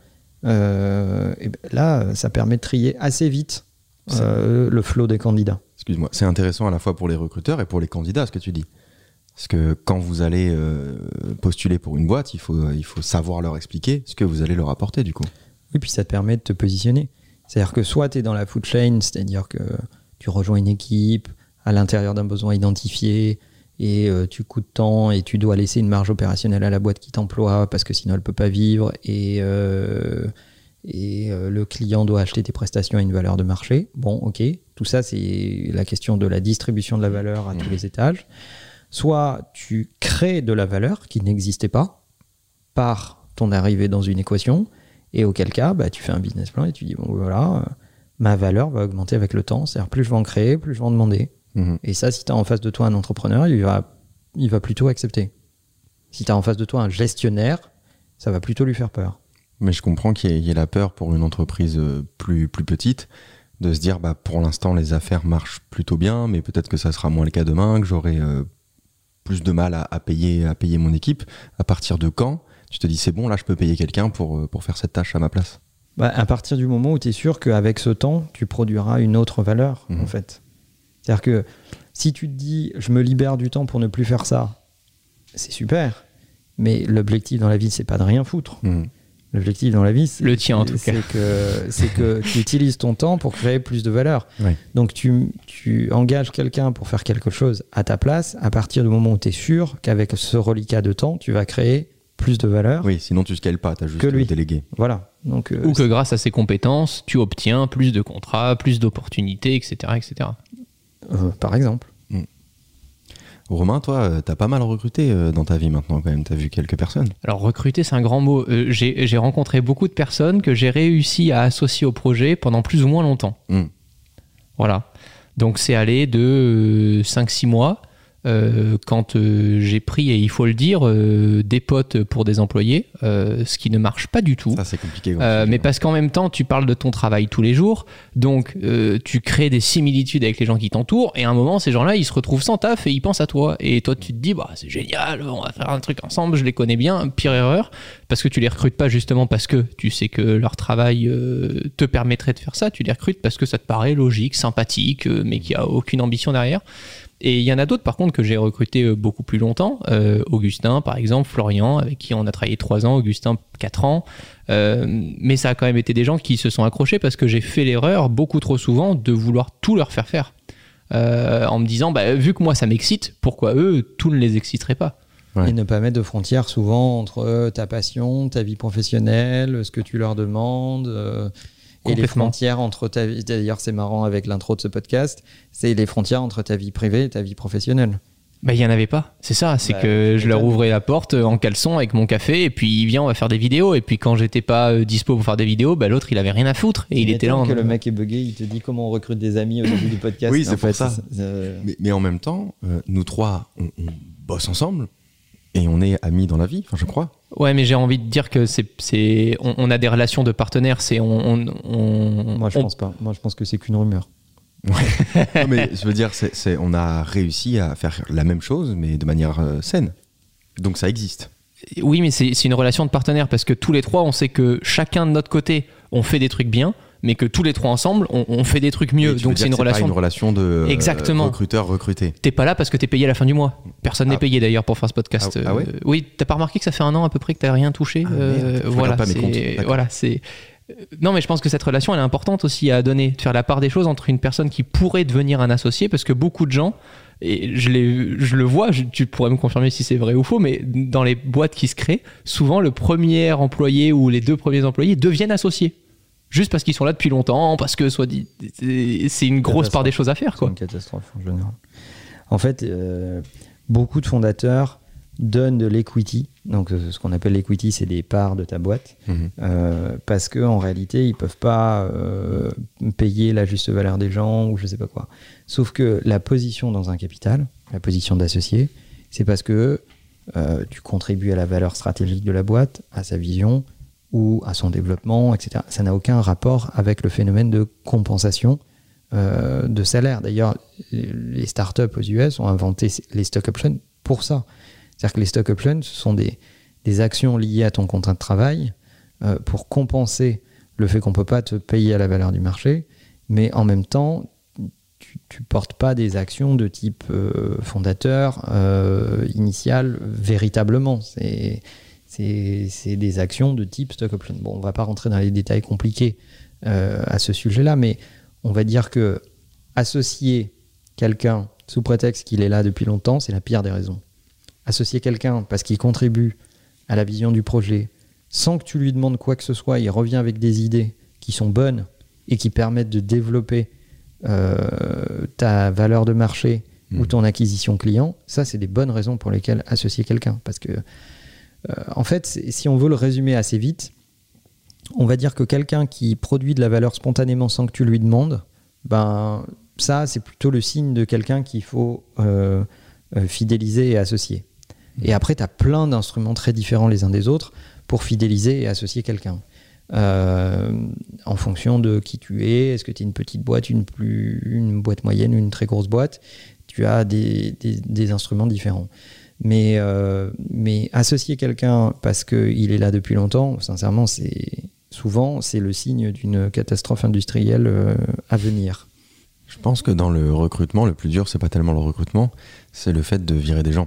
euh, et ben là, ça permet de trier assez vite euh, le flot des candidats. Excuse-moi, c'est intéressant à la fois pour les recruteurs et pour les candidats, ce que tu dis. Parce que quand vous allez euh, postuler pour une boîte, il faut, il faut savoir leur expliquer ce que vous allez leur apporter, du coup. Oui, puis ça te permet de te positionner. C'est-à-dire que soit tu es dans la food chain, c'est-à-dire que tu rejoins une équipe à l'intérieur d'un besoin identifié et euh, tu coûtes temps et tu dois laisser une marge opérationnelle à la boîte qui t'emploie parce que sinon elle ne peut pas vivre et, euh, et euh, le client doit acheter tes prestations à une valeur de marché. Bon, ok, tout ça c'est la question de la distribution de la valeur à mmh. tous les étages. Soit tu crées de la valeur qui n'existait pas par ton arrivée dans une équation et auquel cas bah, tu fais un business plan et tu dis bon voilà, euh, ma valeur va augmenter avec le temps, c'est-à-dire plus je vais en créer, plus je vais en demander. Mmh. Et ça, si tu as en face de toi un entrepreneur, il va, il va plutôt accepter. Si tu as en face de toi un gestionnaire, ça va plutôt lui faire peur. Mais je comprends qu'il y ait, il y ait la peur pour une entreprise plus, plus petite de se dire bah, pour l'instant les affaires marchent plutôt bien, mais peut-être que ça sera moins le cas demain, que j'aurai euh, plus de mal à, à, payer, à payer mon équipe. À partir de quand tu te dis c'est bon, là je peux payer quelqu'un pour, pour faire cette tâche à ma place? Bah, à partir du moment où tu es sûr qu'avec ce temps, tu produiras une autre valeur, mmh. en fait. C'est-à-dire que si tu te dis je me libère du temps pour ne plus faire ça, c'est super, mais l'objectif dans la vie c'est pas de rien foutre. Mmh. L'objectif dans la vie c'est, le tien en tout c'est cas. que, c'est que tu utilises ton temps pour créer plus de valeur. Oui. Donc tu, tu engages quelqu'un pour faire quelque chose à ta place à partir du moment où tu es sûr qu'avec ce reliquat de temps tu vas créer plus de valeur. Oui, sinon tu scales pas, tu as juste délégué. Voilà. Donc, euh, ou que grâce à ses compétences tu obtiens plus de contrats, plus d'opportunités, et cetera et cetera. Euh, par exemple. Mmh. Romain, toi, t'as pas mal recruté euh, dans ta vie maintenant quand même, t'as vu quelques personnes. Alors recruter, c'est un grand mot. Euh, j'ai, j'ai rencontré beaucoup de personnes que j'ai réussi à associer au projet pendant plus ou moins longtemps. Mmh. Voilà. Donc c'est allé de euh, cinq six mois euh, quand euh, j'ai pris, et il faut le dire, euh, des potes pour des employés, euh, ce qui ne marche pas du tout. Ça, c'est compliqué. Euh, mais parce qu'en même temps, tu parles de ton travail tous les jours, donc euh, tu crées des similitudes avec les gens qui t'entourent, et à un moment, ces gens-là, ils se retrouvent sans taf et ils pensent à toi. Et toi, tu te dis, bah, c'est génial, on va faire un truc ensemble, je les connais bien. Pire erreur, parce que tu les recrutes pas justement parce que tu sais que leur travail euh, te permettrait de faire ça, tu les recrutes parce que ça te paraît logique, sympathique, euh, mais qu'il n'y a aucune ambition derrière. Et il y en a d'autres par contre que j'ai recruté beaucoup plus longtemps. Euh, Augustin par exemple, Florian avec qui on a travaillé trois ans, Augustin quatre ans. Euh, mais ça a quand même été des gens qui se sont accrochés parce que j'ai fait l'erreur beaucoup trop souvent de vouloir tout leur faire faire. Euh, en me disant, bah, vu que moi ça m'excite, pourquoi eux, tout ne les exciterait pas ? Ouais. Et ne pas mettre de frontières souvent entre ta passion, ta vie professionnelle, ce que tu leur demandes... Euh... Et les frontières entre ta vie, d'ailleurs c'est marrant avec l'intro de ce podcast, c'est les frontières entre ta vie privée et ta vie professionnelle. Bah, il n'y en avait pas, c'est ça, c'est bah, que je leur ouvrais la porte en caleçon avec mon café et puis il vient, on va faire des vidéos. Et puis quand j'étais pas dispo pour faire des vidéos, bah, l'autre il avait rien à foutre et il était là. En... que le mec est bugué, il te dit comment on recrute des amis au début du podcast. Oui, c'est pour fait, ça. C'est, c'est... Mais, mais en même temps, euh, nous trois, on, on bosse ensemble et on est amis dans la vie, enfin je crois. Ouais, mais j'ai envie de dire que c'est, c'est, on, on a des relations de partenaires. C'est, on, on, on Moi, je on... pense pas. Moi, je pense que c'est qu'une rumeur. Ouais. Non, mais je veux dire, c'est, c'est, on a réussi à faire la même chose, mais de manière euh, saine. Donc ça existe. Oui, mais c'est, c'est une relation de partenaire parce que tous les trois, on sait que chacun de notre côté, on fait des trucs bien, mais que tous les trois ensemble, on, on fait des trucs mieux. Donc c'est une que c'est relation. Pas une relation de Exactement. Euh, recruteur recruté. T'es pas là parce que t'es payé à la fin du mois. Personne ah. n'est payé d'ailleurs pour faire ce podcast. Ah, ah ouais euh, oui, t'as pas remarqué que ça fait un an à peu près que t'as rien touché. Ah, euh, merde, voilà, pas c'est, mes comptes. voilà, c'est. Non, mais je pense que cette relation, elle est importante aussi à donner, de faire la part des choses entre une personne qui pourrait devenir un associé, parce que beaucoup de gens, et je, l'ai, je le vois, je, tu pourrais me confirmer si c'est vrai ou faux, mais dans les boîtes qui se créent, souvent le premier employé ou les deux premiers employés deviennent associés. Juste parce qu'ils sont là depuis longtemps, parce que soit dit, c'est une grosse part des choses à faire, quoi. C'est une catastrophe en général. En fait, euh, beaucoup de fondateurs donnent de l'equity. Donc, ce qu'on appelle l'equity, c'est des parts de ta boîte. Mmh. Euh, parce qu'en réalité, ils ne peuvent pas euh, payer la juste valeur des gens ou je ne sais pas quoi. Sauf que la position dans un capital, la position d'associé, c'est parce que euh, tu contribues à la valeur stratégique de la boîte, à sa vision ou à son développement, et cetera. Ça n'a aucun rapport avec le phénomène de compensation euh, de salaire. D'ailleurs, les startups aux U S ont inventé les stock options pour ça. C'est-à-dire que les stock options, ce sont des, des actions liées à ton contrat de travail euh, pour compenser le fait qu'on ne peut pas te payer à la valeur du marché, mais en même temps, tu ne portes pas des actions de type euh, fondateur, euh, initial, véritablement. C'est, c'est, c'est des actions de type stock option. Bon, on ne va pas rentrer dans les détails compliqués euh, à ce sujet-là, mais on va dire que associer quelqu'un sous prétexte qu'il est là depuis longtemps, c'est la pire des raisons. Associer quelqu'un parce qu'il contribue à la vision du projet, sans que tu lui demandes quoi que ce soit, il revient avec des idées qui sont bonnes et qui permettent de développer euh, ta valeur de marché mmh. ou ton acquisition client, ça c'est des bonnes raisons pour lesquelles associer quelqu'un. Parce que, euh, en fait, si on veut le résumer assez vite, on va dire que quelqu'un qui produit de la valeur spontanément sans que tu lui demandes, ben, ça c'est plutôt le signe de quelqu'un qu'il faut euh, euh, fidéliser et associer. Et après, tu as plein d'instruments très différents les uns des autres pour fidéliser et associer quelqu'un. Euh, en fonction de qui tu es, est-ce que tu es une petite boîte, une, plus, une boîte moyenne, une très grosse boîte, tu as des, des, des instruments différents. Mais, euh, mais associer quelqu'un parce qu'il est là depuis longtemps, sincèrement, c'est, souvent, c'est le signe d'une catastrophe industrielle euh, à venir. Je pense que dans le recrutement, le plus dur, c'est pas tellement le recrutement, c'est le fait de virer des gens.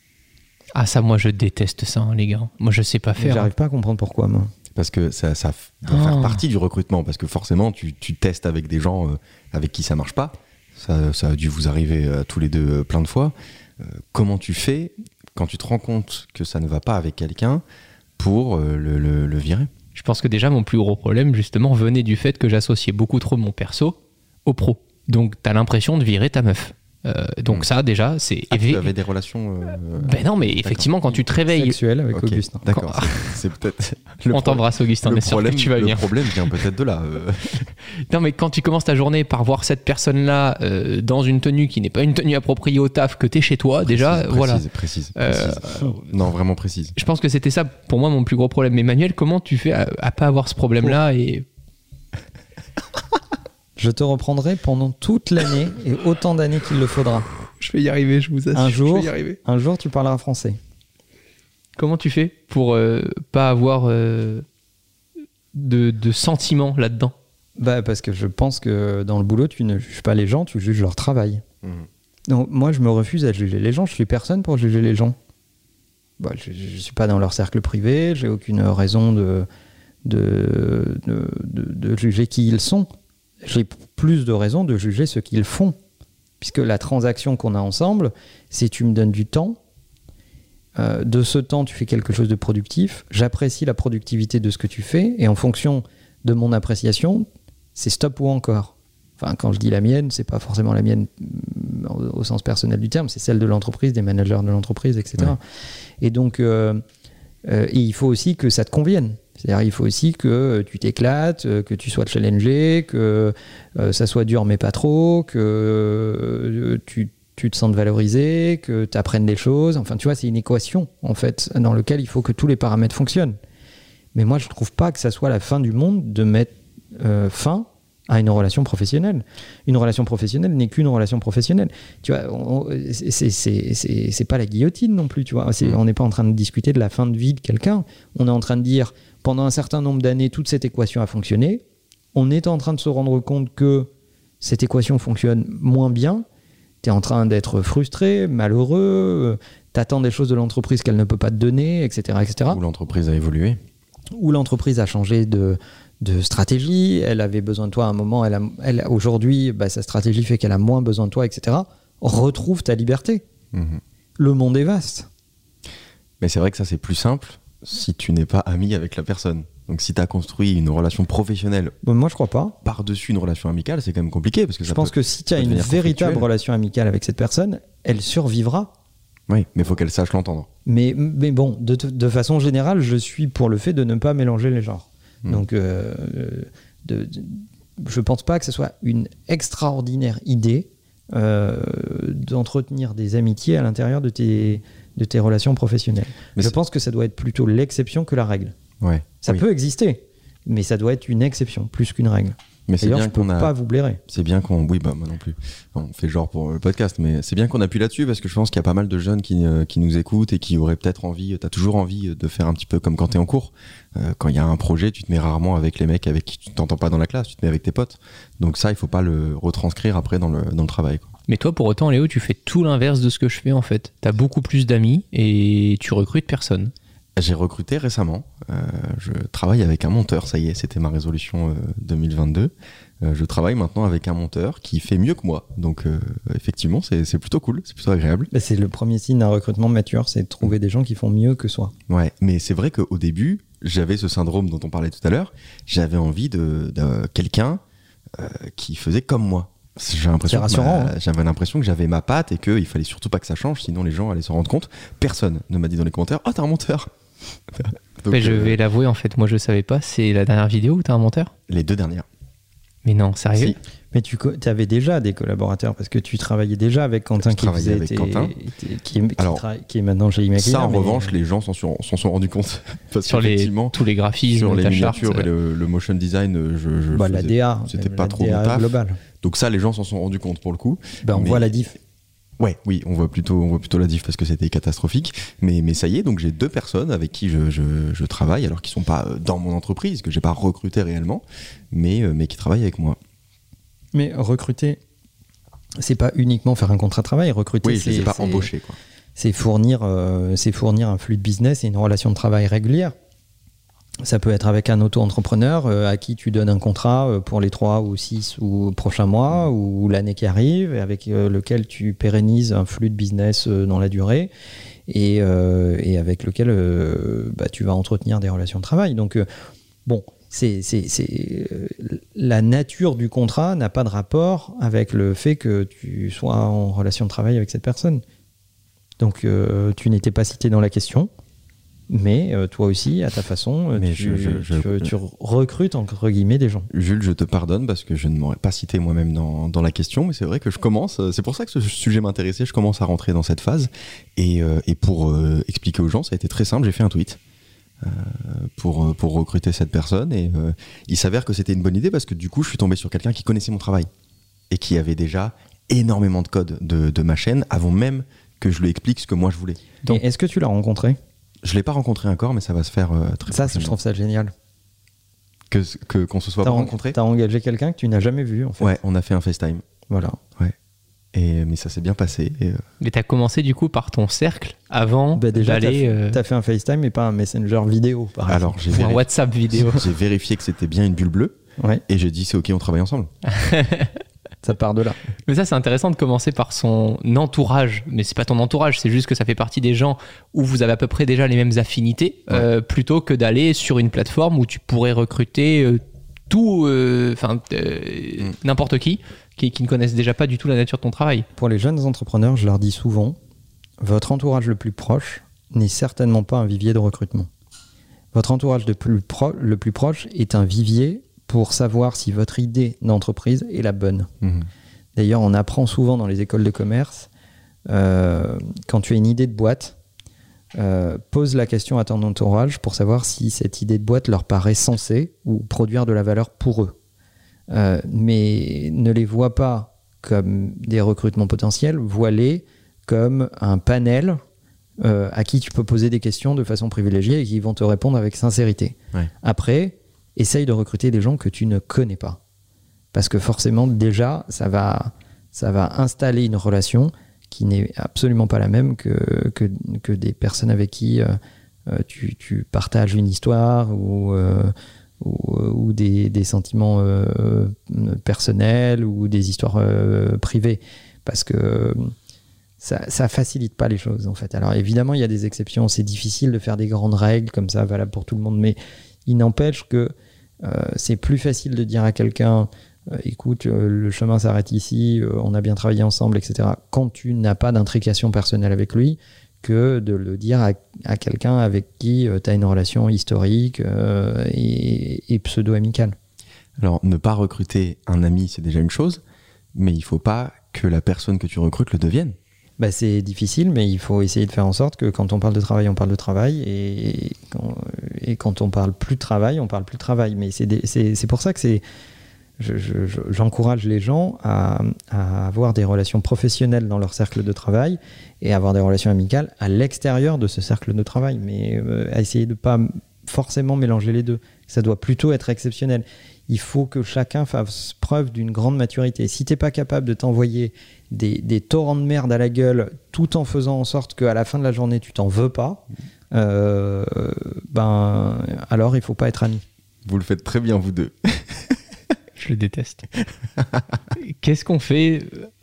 Ah ça, moi je déteste ça, hein, les gars. Moi je sais pas faire. J'arrive pas à comprendre pourquoi, moi. Parce que ça, ça doit oh. faire partie du recrutement, parce que forcément tu, tu testes avec des gens euh, avec qui ça marche pas. Ça, ça a dû vous arriver euh, tous les deux euh, plein de fois. Euh, comment tu fais quand tu te rends compte que ça ne va pas avec quelqu'un pour euh, le, le, le virer ? Je pense que déjà mon plus gros problème justement venait du fait que j'associais beaucoup trop mon perso au pro. Donc t'as l'impression de virer ta meuf. Euh, donc mmh. ça déjà c'est ah, évi- tu avais des relations euh... ben non mais effectivement quand tu te réveilles sexuelles avec okay. Augustin d'accord quand... c'est, c'est peut-être Le On pro- t'embrasse, Augustin, le on est sûr problème, que tu vas le bien. problème vient peut-être de là. euh. Non, mais quand tu commences ta journée par voir cette personne-là euh, dans une tenue qui n'est pas une tenue appropriée au taf, que t'es chez toi, déjà, Précise, voilà. Précise, précise, Euh, précise. Non, vraiment précise. Je pense que c'était ça, pour moi, mon plus gros problème. Mais Manuel, comment tu fais à, à pas avoir ce problème-là et... Je te reprendrai pendant toute l'année et autant d'années qu'il le faudra. Je vais y arriver, je vous assure. Un jour, je vais y arriver. un jour, tu parleras français. Comment tu fais pour euh, pas avoir euh, de, de sentiments là-dedans? Bah, parce que je pense que dans le boulot, tu ne juges pas les gens, tu juges leur travail. Mhm. Donc, moi, je me refuse à juger les gens. Je suis personne pour juger les gens. Bah, je ne suis pas dans leur cercle privé. J'ai aucune raison de, de, de, de, de juger qui ils sont. J'ai plus de raisons de juger ce qu'ils font. Puisque la transaction qu'on a ensemble, c'est tu me donnes du temps. Euh, de ce temps, tu fais quelque chose de productif. J'apprécie la productivité de ce que tu fais. Et en fonction de mon appréciation, c'est stop ou encore. Enfin, quand je dis la mienne, c'est pas forcément la mienne au, au sens personnel du terme, c'est celle de l'entreprise, des managers de l'entreprise, et cetera. Ouais. Et donc, euh, euh, et il faut aussi que ça te convienne. C'est-à-dire, il faut aussi que tu t'éclates, que tu sois challengé, que euh, ça soit dur mais pas trop, que euh, tu, tu te sentes valorisé, que tu apprennes des choses. Enfin, tu vois, c'est une équation, en fait, dans laquelle il faut que tous les paramètres fonctionnent. Mais moi, je ne trouve pas que ça soit la fin du monde de mettre euh, fin à une relation professionnelle. Une relation professionnelle n'est qu'une relation professionnelle. Tu vois, on, c'est, c'est, c'est, c'est, c'est pas la guillotine non plus, tu vois. C'est, mmh. On n'est pas en train de discuter de la fin de vie de quelqu'un. On est en train de dire, pendant un certain nombre d'années, toute cette équation a fonctionné. On est en train de se rendre compte que cette équation fonctionne moins bien. Tu es en train d'être frustré, malheureux, tu attends des choses de l'entreprise qu'elle ne peut pas te donner, et cetera, et cetera. Où l'entreprise a évolué. Où l'entreprise a changé de, de stratégie, elle avait besoin de toi à un moment, elle a, elle, aujourd'hui, bah, sa stratégie fait qu'elle a moins besoin de toi, et cetera. Retrouve ta liberté. Mmh. Le monde est vaste. Mais c'est vrai que ça, c'est plus simple si tu n'es pas ami avec la personne. Donc si tu as construit une relation professionnelle, bon, moi je crois pas. Par-dessus une relation amicale, c'est quand même compliqué. Parce que je ça pense peut, que si tu as une véritable relation amicale avec cette personne, elle survivra. Oui, mais il faut qu'elle sache l'entendre. Mais, mais bon, de, de façon générale, je suis pour le fait de ne pas mélanger les genres. Mmh. Donc, euh, de, de, je pense pas que ce soit une extraordinaire idée euh, d'entretenir des amitiés à l'intérieur de tes, de tes relations professionnelles. Mais je pense que ça doit être plutôt l'exception que la règle. Ouais, ça oui. peut exister, mais ça doit être une exception plus qu'une règle. Mais c'est D'ailleurs, bien je peux qu'on a... pas vous blairer. C'est bien qu'on... Oui, bah moi non plus. On fait genre pour le podcast, mais c'est bien qu'on appuie là-dessus parce que je pense qu'il y a pas mal de jeunes qui, euh, qui nous écoutent et qui auraient peut-être envie... T'as toujours envie de faire un petit peu comme quand t'es en cours. Euh, quand il y a un projet, tu te mets rarement avec les mecs avec qui tu t'entends pas dans la classe, tu te mets avec tes potes. Donc ça, il faut pas le retranscrire après dans le, dans le travail, quoi. Mais toi, pour autant, Léo, tu fais tout l'inverse de ce que je fais en fait. T'as beaucoup plus d'amis et tu recrutes personne. J'ai recruté récemment. Euh, je travaille avec un monteur, ça y est, c'était ma résolution euh, deux mille vingt-deux. Euh, je travaille maintenant avec un monteur qui fait mieux que moi. Donc euh, effectivement, c'est, c'est plutôt cool, c'est plutôt agréable. Bah, c'est le premier signe d'un recrutement mature, c'est de trouver des gens qui font mieux que soi. Ouais, mais c'est vrai qu'au début, j'avais ce syndrome dont on parlait tout à l'heure. J'avais envie de, de quelqu'un euh, qui faisait comme moi. J'ai l'impression c'est rassurant. Ma, hein. J'avais l'impression que j'avais ma patte et qu'il fallait surtout pas que ça change, sinon les gens allaient s'en rendre compte. Personne ne m'a dit dans les commentaires « Oh, t'es un monteur !» Donc, mais je euh, vais l'avouer, en fait, moi je savais pas. C'est la dernière vidéo où t'as un monteur ? Les deux dernières. Mais non, sérieux ? Si. Mais tu avais déjà des collaborateurs parce que tu travaillais déjà avec Quentin je qui faisait avec tes, Quentin. Tes, qui, qui, Alors, tra- qui est maintenant chez Imagine. Ça, en mais... revanche, les gens s'en sont, s'en sont rendus compte. Parce sur les, tous les graphismes, sur les miniatures charte, et le, le motion design, je, je bah, faisais, la D A, c'était pas la trop D A mon taf. Global. Donc ça, les gens s'en sont rendus compte pour le coup. Ben, on mais... voit la diff. Ouais, oui, on voit plutôt, on voit plutôt la diff parce que c'était catastrophique. Mais, mais ça y est, donc j'ai deux personnes avec qui je, je, je travaille, alors qu'ils sont pas dans mon entreprise, que j'ai pas recruté réellement, mais, mais qui travaillent avec moi. Mais recruter, c'est pas uniquement faire un contrat de travail. Recruter, oui, c'est, c'est pas c'est, embaucher, quoi. C'est fournir, euh, c'est fournir un flux de business et une relation de travail régulière. Ça peut être avec un auto-entrepreneur euh, à qui tu donnes un contrat euh, pour les trois ou six ou prochains mois ou, ou l'année qui arrive, et avec euh, lequel tu pérennises un flux de business euh, dans la durée et, euh, et avec lequel euh, bah, tu vas entretenir des relations de travail. Donc, euh, bon, c'est, c'est, c'est, euh, la nature du contrat n'a pas de rapport avec le fait que tu sois en relation de travail avec cette personne. Donc, euh, tu n'étais pas cité dans la question. Mais euh, toi aussi, à ta façon, euh, Mais tu, je- je- je- tu- tu recrutes entre guillemets des gens. Jules, je te pardonne parce que je ne m'aurais pas cité moi-même dans, dans la question, mais c'est vrai que je commence, euh, c'est pour ça que ce sujet m'intéressait, je commence à rentrer dans cette phase. Et, euh, et pour euh, expliquer aux gens, ça a été très simple, j'ai fait un tweet euh, pour, pour recruter cette personne. Et euh, il s'avère que c'était une bonne idée parce que du coup, je suis tombé sur quelqu'un qui connaissait mon travail et qui avait déjà énormément de code de, de ma chaîne avant même que je lui explique ce que moi je voulais. Donc- Et est-ce que tu l'as rencontré ? Je ne l'ai pas rencontré encore, mais ça va se faire euh, très Ça, je prochainement. trouve ça génial. Que, que, qu'on se soit T'as pas en- rencontré. T'as engagé quelqu'un que tu n'as jamais vu, en fait. Ouais, on a fait un FaceTime. Voilà. Et, mais ça s'est bien passé. Et, euh, Mais t'as commencé du coup par ton cercle avant Bah déjà, t'as d'aller fait, euh, t'as fait un FaceTime et pas un Messenger vidéo, par alors, j'ai ou un vérifié, WhatsApp vidéo. j'ai vérifié que c'était bien une bulle bleue exemple. Ouais, et j'ai dit c'est ok, on travaille ensemble. ça part de là. Mais ça, c'est intéressant de commencer par son entourage. Mais c'est pas ton entourage, c'est juste que ça fait partie des gens où vous avez à peu près déjà les mêmes affinités, Ouais. euh, plutôt que d'aller sur une plateforme où tu pourrais recruter euh, tout, euh, enfin euh, Mm. n'importe qui, qui, qui ne connaissent déjà pas du tout la nature de ton travail. Pour les jeunes entrepreneurs, je leur dis souvent, votre entourage le plus proche n'est certainement pas un vivier de recrutement. Votre entourage de plus pro- le plus proche est un vivier pour savoir si votre idée d'entreprise est la bonne. Mhm. D'ailleurs, on apprend souvent dans les écoles de commerce, euh, quand tu as une idée de boîte, euh, pose la question à ton entourage pour savoir si cette idée de boîte leur paraît sensée ou produire de la valeur pour eux. Euh, mais ne les vois pas comme des recrutements potentiels, vois-les comme un panel euh, à qui tu peux poser des questions de façon privilégiée et qui vont te répondre avec sincérité. Ouais. Après, essaye de recruter des gens que tu ne connais pas. Parce que forcément, déjà, ça va, ça va installer une relation qui n'est absolument pas la même que, que, que des personnes avec qui euh, euh, tu, tu partages une histoire ou, euh, ou, ou des, des sentiments euh, personnels ou des histoires euh, privées. Parce que ça, ça facilite pas les choses, en fait. Alors évidemment, il y a des exceptions. C'est difficile de faire des grandes règles comme ça, valables pour tout le monde. Mais il n'empêche que euh, c'est plus facile de dire à quelqu'un euh, écoute, euh, le chemin s'arrête ici, euh, on a bien travaillé ensemble, et cetera, quand tu n'as pas d'intrication personnelle avec lui, que de le dire à, à quelqu'un avec qui euh, tu as une relation historique euh, et, et pseudo-amicale. Alors, ne pas recruter un ami, c'est déjà une chose, mais il faut pas que la personne que tu recrutes le devienne. Bah, c'est difficile, mais il faut essayer de faire en sorte que quand on parle de travail, on parle de travail, et quand, et quand on parle plus de travail, on parle plus de travail. Mais c'est, des, c'est, c'est pour ça que c'est, je, je, je, j'encourage les gens à, à avoir des relations professionnelles dans leur cercle de travail et à avoir des relations amicales à l'extérieur de ce cercle de travail, mais euh, à essayer de ne pas forcément mélanger les deux. Ça doit plutôt être exceptionnel. Il faut que chacun fasse preuve d'une grande maturité. Si tu n'es pas capable de t'envoyer des, des torrents de merde à la gueule tout en faisant en sorte qu'à la fin de la journée, tu t'en veux pas, euh, ben, alors il ne faut pas être amis. Vous le faites très bien, vous deux. Je le déteste. Qu'est-ce qu'on fait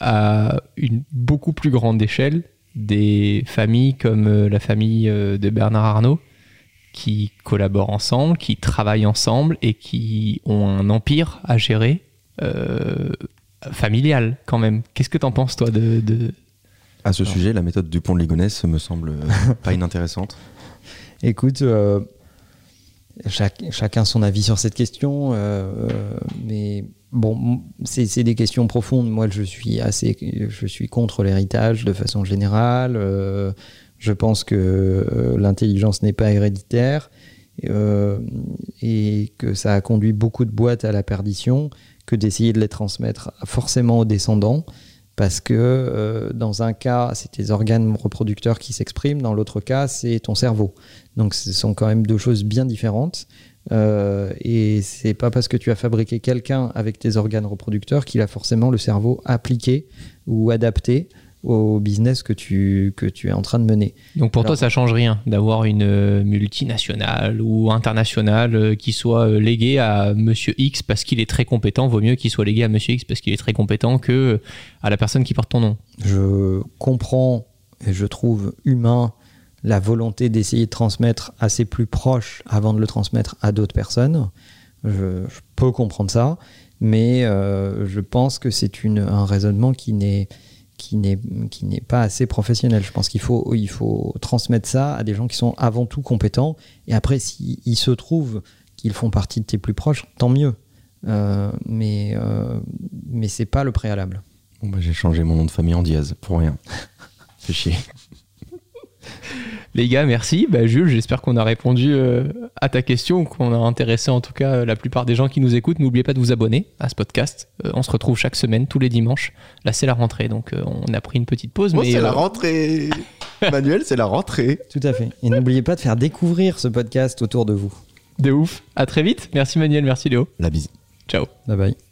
à une beaucoup plus grande échelle des familles comme euh, la famille euh, de Bernard Arnault, qui collaborent ensemble, qui travaillent ensemble et qui ont un empire à gérer euh, familial quand même. Qu'est-ce que t'en penses toi de, de... À ce Alors. sujet, la méthode Dupont de Ligonnès me semble euh, pas inintéressante. Écoute, euh, chaque, chacun son avis sur cette question, euh, mais bon, c'est, c'est des questions profondes. Moi, je suis assez, je suis contre l'héritage de façon générale. Euh, je pense que euh, l'intelligence n'est pas héréditaire euh, et que ça a conduit beaucoup de boîtes à la perdition, que d'essayer de les transmettre forcément aux descendants. Parce que euh, dans un cas, c'est tes organes reproducteurs qui s'expriment, dans l'autre cas, c'est ton cerveau. Donc ce sont quand même deux choses bien différentes. Euh, et c'est pas parce que tu as fabriqué quelqu'un avec tes organes reproducteurs qu'il a forcément le cerveau appliqué ou adapté au business que tu, que tu es en train de mener. Donc pour Alors, toi, ça change rien d'avoir une euh, multinationale ou internationale euh, qui soit euh, léguée à Monsieur X parce qu'il est très compétent. Vaut mieux qu'il soit légué à Monsieur X parce qu'il est très compétent que euh, à la personne qui porte ton nom. Je comprends et je trouve humain la volonté d'essayer de transmettre à ses plus proches avant de le transmettre à d'autres personnes. Je, je peux comprendre ça, mais euh, je pense que c'est une, un raisonnement qui n'est, qui n'est, qui n'est pas assez professionnel. Je pense qu'il faut, il faut transmettre ça à des gens qui sont avant tout compétents. Et après, s'il se trouve qu'ils font partie de tes plus proches, tant mieux. Euh, mais, euh, mais c'est pas le préalable. Bon bah, j'ai changé mon nom de famille en Diaz, pour rien. Fais chier. Les gars, merci. Bah, Jules, j'espère qu'on a répondu euh, à ta question, qu'on a intéressé en tout cas la plupart des gens qui nous écoutent. N'oubliez pas de vous abonner à ce podcast. Euh, on se retrouve chaque semaine, tous les dimanches. Là, c'est la rentrée, donc euh, on a pris une petite pause. Oh, mais c'est euh, la rentrée. Manuel, c'est la rentrée. Tout à fait. Et n'oubliez pas de faire découvrir ce podcast autour de vous. De ouf. À très vite. Merci Manuel, merci Léo. La bise. Ciao. Bye bye.